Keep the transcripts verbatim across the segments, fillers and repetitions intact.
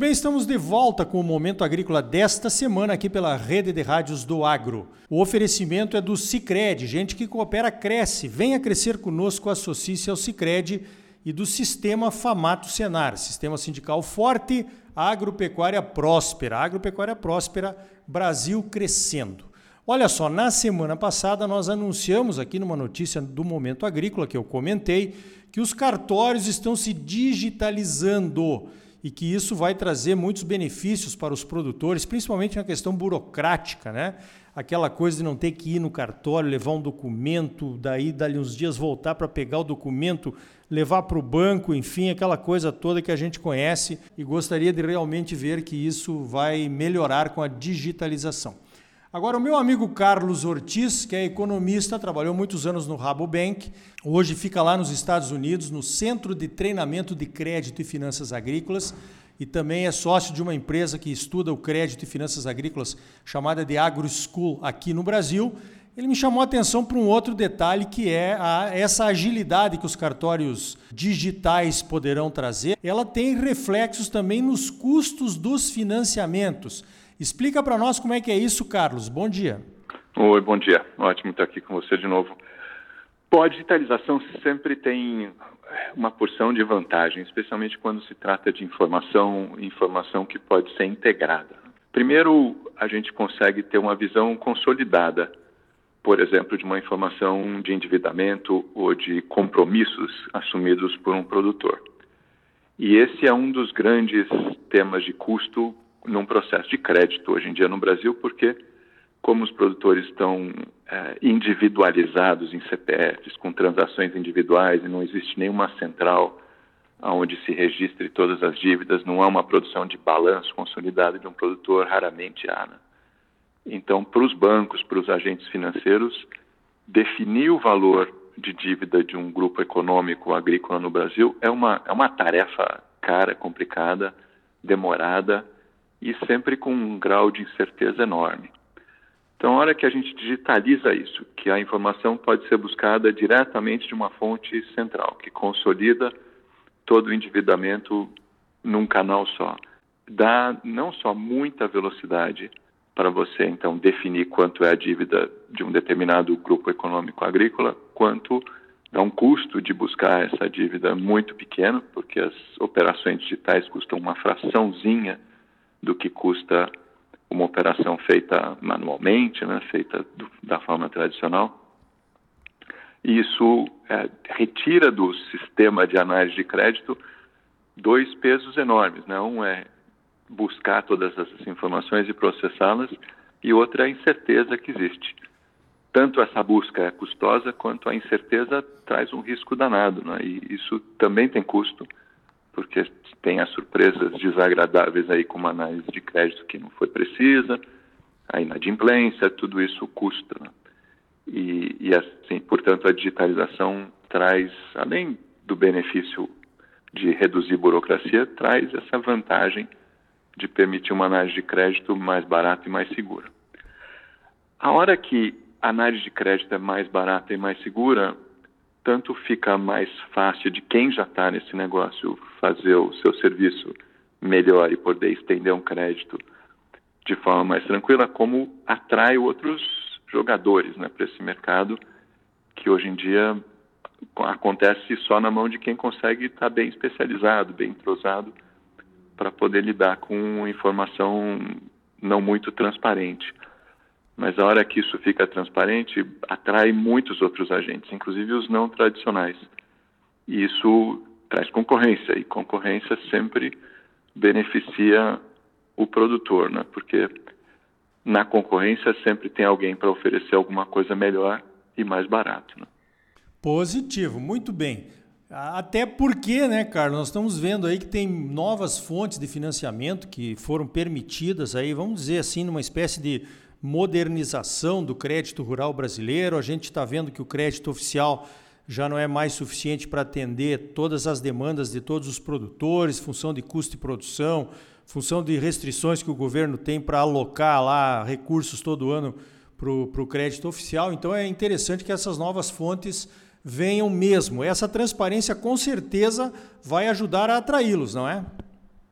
bem, estamos de volta com o Momento Agrícola desta semana aqui pela Rede de Rádios do Agro. O oferecimento é do Sicredi, gente que coopera cresce. Venha crescer conosco, associe-se ao Sicredi e do Sistema Famato Senar, Sistema Sindical Forte, Agropecuária Próspera. Agropecuária Próspera, Brasil crescendo. Olha só, na semana passada nós anunciamos aqui numa notícia do Momento Agrícola que eu comentei que os cartórios estão se digitalizando e que isso vai trazer muitos benefícios para os produtores, principalmente na questão burocrática, né? Aquela coisa de não ter que ir no cartório, levar um documento, daí dali uns dias voltar para pegar o documento, levar para o banco, enfim, aquela coisa toda que a gente conhece e gostaria de realmente ver que isso vai melhorar com a digitalização. Agora, o meu amigo Carlos Ortiz, que é economista, trabalhou muitos anos no Rabobank, hoje fica lá nos Estados Unidos, no Centro de Treinamento de Crédito e Finanças Agrícolas, e também é sócio de uma empresa que estuda o crédito e finanças agrícolas, chamada de Agro School, aqui no Brasil. Ele me chamou a atenção para um outro detalhe, que é a, essa agilidade que os cartórios digitais poderão trazer. Ela tem reflexos também nos custos dos financiamentos. Explica para nós como é que é isso, Carlos. Bom dia. Oi, bom dia. Ótimo estar aqui com você de novo. Bom, a digitalização sempre tem uma porção de vantagem, especialmente quando se trata de informação, informação que pode ser integrada. Primeiro, a gente consegue ter uma visão consolidada, por exemplo, de uma informação de endividamento ou de compromissos assumidos por um produtor. E esse é um dos grandes temas de custo num processo de crédito hoje em dia no Brasil, porque como os produtores estão é, individualizados em C P Fs, com transações individuais, e não existe nenhuma central onde se registre todas as dívidas, não há uma produção de balanço consolidado de um produtor, raramente há. Né? Então, para os bancos, para os agentes financeiros, definir o valor de dívida de um grupo econômico agrícola no Brasil é uma, é uma tarefa cara, complicada, demorada, e sempre com um grau de incerteza enorme. Então, a hora que a gente digitaliza isso, que a informação pode ser buscada diretamente de uma fonte central, que consolida todo o endividamento num canal só, dá não só muita velocidade para você, então, definir quanto é a dívida de um determinado grupo econômico agrícola, quanto dá um custo de buscar essa dívida muito pequeno, porque as operações digitais custam uma fraçãozinha do que custa uma operação feita manualmente, né, feita do, da forma tradicional. E isso é, retira do sistema de análise de crédito dois pesos enormes. Né? Um é buscar todas essas informações e processá-las, e outra é a incerteza que existe. Tanto essa busca é custosa, quanto a incerteza traz um risco danado. Né? E isso também tem custo, porque tem as surpresas desagradáveis aí com uma análise de crédito que não foi precisa, a inadimplência, tudo isso custa. Né? E, e assim, portanto, a digitalização traz, além do benefício de reduzir burocracia, traz essa vantagem de permitir uma análise de crédito mais barata e mais segura. A hora que a análise de crédito é mais barata e mais segura, tanto fica mais fácil de quem já está nesse negócio fazer o seu serviço melhor e poder estender um crédito de forma mais tranquila, como atrai outros jogadores, né, para esse mercado, que hoje em dia acontece só na mão de quem consegue estar bem especializado, bem entrosado, para poder lidar com informação não muito transparente. Mas a hora que isso fica transparente, atrai muitos outros agentes, inclusive os não tradicionais. E isso traz concorrência, e concorrência sempre beneficia o produtor, né? Porque na concorrência sempre tem alguém para oferecer alguma coisa melhor e mais barato. Né? Positivo, muito bem. Até porque, né, Carlos, nós estamos vendo aí que tem novas fontes de financiamento que foram permitidas aí, vamos dizer assim, numa espécie de modernização do crédito rural brasileiro. A gente está vendo que o crédito oficial já não é mais suficiente para atender todas as demandas de todos os produtores, função de custo de produção, função de restrições que o governo tem para alocar lá recursos todo ano para o crédito oficial. Então é interessante que essas novas fontes venham mesmo. Essa transparência com certeza vai ajudar a atraí-los, não é?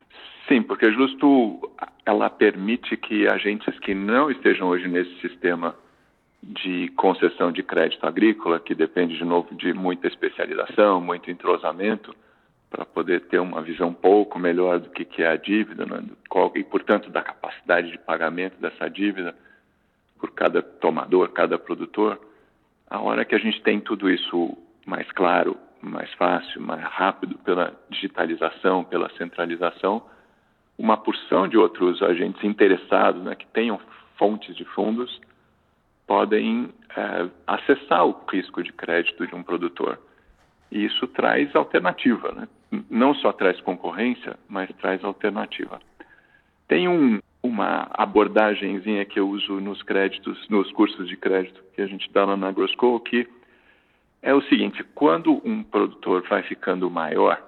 Sim, porque justo ela permite que agentes que não estejam hoje nesse sistema de concessão de crédito agrícola, que depende, de novo, de muita especialização, muito entrosamento, para poder ter uma visão um pouco melhor do que, que é a dívida, né? Qual, e, portanto, da capacidade de pagamento dessa dívida por cada tomador, cada produtor. A hora que a gente tem tudo isso mais claro, mais fácil, mais rápido, pela digitalização, pela centralização, uma porção de outros agentes interessados, né, que tenham fontes de fundos, podem é, acessar o risco de crédito de um produtor. E isso traz alternativa, né? Não só traz concorrência, mas traz alternativa. Tem um, uma abordagenzinha que eu uso nos créditos, nos cursos de crédito que a gente dá lá na AgroSchool, que é o seguinte: quando um produtor vai ficando maior,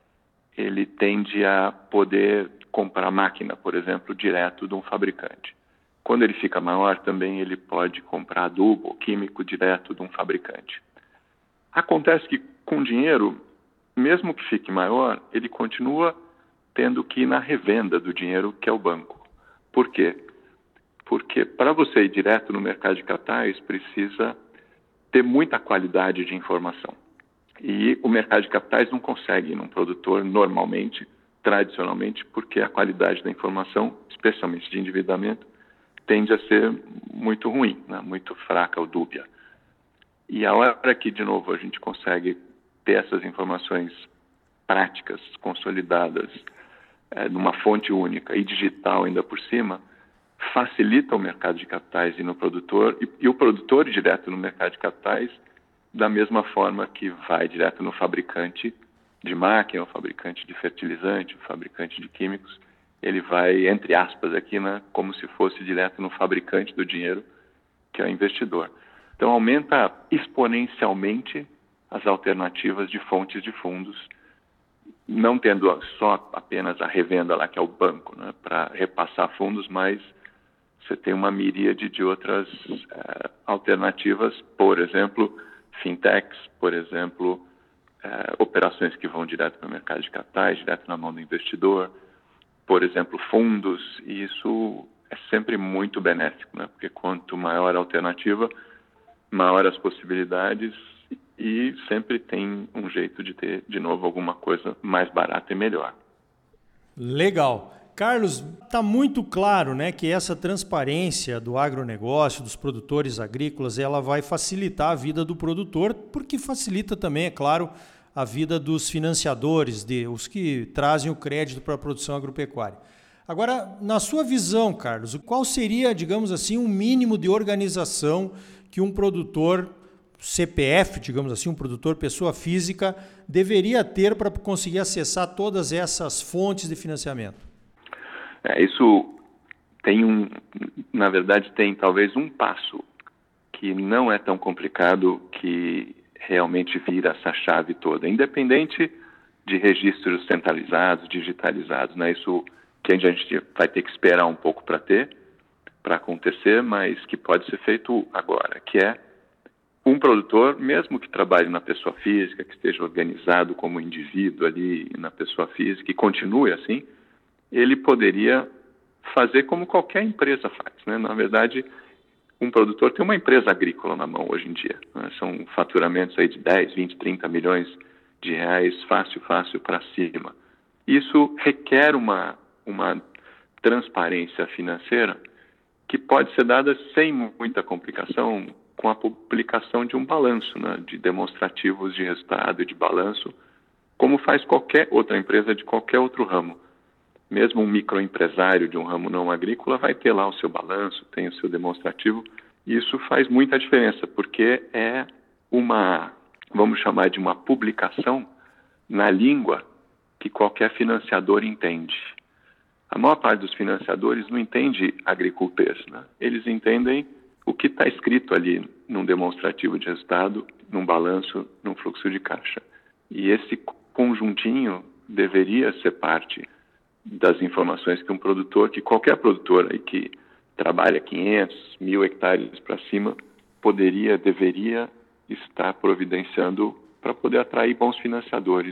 ele tende a poder comprar máquina, por exemplo, direto de um fabricante. Quando ele fica maior, também ele pode comprar adubo químico direto de um fabricante. Acontece que com dinheiro, mesmo que fique maior, ele continua tendo que ir na revenda do dinheiro, que é o banco. Por quê? Porque para você ir direto no mercado de capitais, precisa ter muita qualidade de informação. E o mercado de capitais não consegue ir num produtor normalmente, tradicionalmente, porque a qualidade da informação, especialmente de endividamento, tende a ser muito ruim, né? Muito fraca ou dúbia. E a hora que, de novo, a gente consegue ter essas informações práticas, consolidadas, é, numa fonte única e digital ainda por cima, facilita o mercado de capitais e no produtor, e, e o produtor direto no mercado de capitais, da mesma forma que vai direto no fabricante de máquina, o fabricante de fertilizante, o fabricante de químicos, ele vai, entre aspas aqui, né, como se fosse direto no fabricante do dinheiro, que é o investidor. Então, aumenta exponencialmente as alternativas de fontes de fundos, não tendo só apenas a revenda lá, que é o banco, né, para repassar fundos, mas você tem uma miríade de outras uh, alternativas, por exemplo, fintechs, por exemplo, uh, operações que vão direto para o mercado de capitais, direto na mão do investidor, por exemplo, fundos, e isso é sempre muito benéfico, né? Porque quanto maior a alternativa, maior as possibilidades e sempre tem um jeito de ter, de novo, alguma coisa mais barata e melhor. Legal. Carlos, está muito claro, né, que essa transparência do agronegócio, dos produtores agrícolas, ela vai facilitar a vida do produtor, porque facilita também, é claro, a vida dos financiadores, de, os que trazem o crédito para a produção agropecuária. Agora, na sua visão, Carlos, qual seria, digamos assim, um mínimo de organização que um produtor C P F, digamos assim, um produtor pessoa física, deveria ter para conseguir acessar todas essas fontes de financiamento? É, isso tem um, na verdade, tem talvez um passo que não é tão complicado, que realmente vira essa chave toda, independente de registros centralizados, digitalizados, né? Isso que a gente vai ter que esperar um pouco para ter, para acontecer, mas que pode ser feito agora, que é um produtor, mesmo que trabalhe na pessoa física, que esteja organizado como indivíduo ali na pessoa física e continue assim, ele poderia fazer como qualquer empresa faz, né? Na verdade, um produtor tem uma empresa agrícola na mão hoje em dia, né? São faturamentos aí de dez, vinte, trinta milhões de reais, fácil, fácil para cima. Isso requer uma, uma transparência financeira que pode ser dada sem muita complicação, com a publicação de um balanço, né? De demonstrativos de resultado e de balanço, como faz qualquer outra empresa de qualquer outro ramo. Mesmo um microempresário de um ramo não agrícola vai ter lá o seu balanço, tem o seu demonstrativo. E isso faz muita diferença, porque é uma, vamos chamar de uma publicação na língua que qualquer financiador entende. A maior parte dos financiadores não entende agricultores, né? Eles entendem o que está escrito ali num demonstrativo de resultado, num balanço, num fluxo de caixa. E esse conjuntinho deveria ser parte das informações que um produtor, que qualquer produtor aí que trabalha quinhentos, mil hectares para cima, poderia, deveria estar providenciando para poder atrair bons financiadores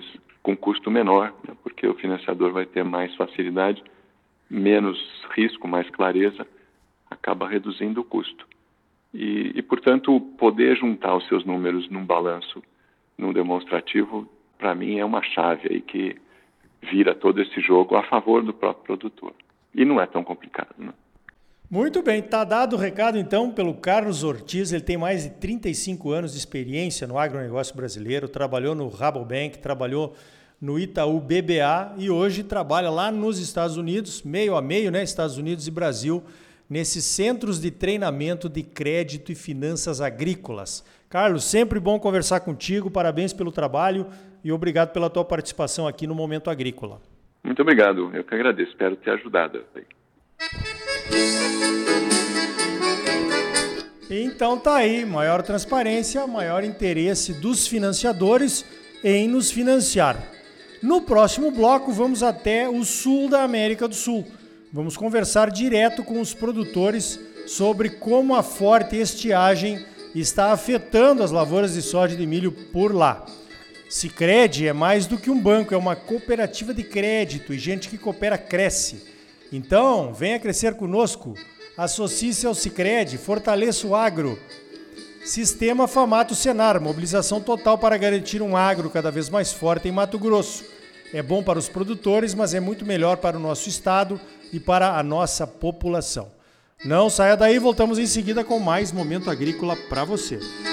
com custo menor, né, porque o financiador vai ter mais facilidade, menos risco, mais clareza, acaba reduzindo o custo. E, e, portanto, poder juntar os seus números num balanço, num demonstrativo, para mim é uma chave aí que vira todo esse jogo a favor do próprio produtor. E não é tão complicado, né? Muito bem, está dado o recado então pelo Carlos Ortiz. Ele tem mais de trinta e cinco anos de experiência no agronegócio brasileiro, trabalhou no Rabobank, trabalhou no Itaú B B A e hoje trabalha lá nos Estados Unidos, meio a meio, né, Estados Unidos e Brasil, nesses centros de treinamento de crédito e finanças agrícolas. Carlos, sempre bom conversar contigo, parabéns pelo trabalho e obrigado pela tua participação aqui no Momento Agrícola. Muito obrigado, eu que agradeço, espero ter ajudado. Então tá aí, maior transparência, maior interesse dos financiadores em nos financiar. No próximo bloco vamos até o sul da América do Sul. Vamos conversar direto com os produtores sobre como a forte estiagem está afetando as lavouras de soja e de milho por lá. Sicredi é mais do que um banco, é uma cooperativa de crédito e gente que coopera cresce. Então, venha crescer conosco, associe-se ao Sicredi, fortaleça o agro. Sistema Famato Senar, mobilização total para garantir um agro cada vez mais forte em Mato Grosso. É bom para os produtores, mas é muito melhor para o nosso estado e para a nossa população. Não saia daí, voltamos em seguida com mais Momento Agrícola para você.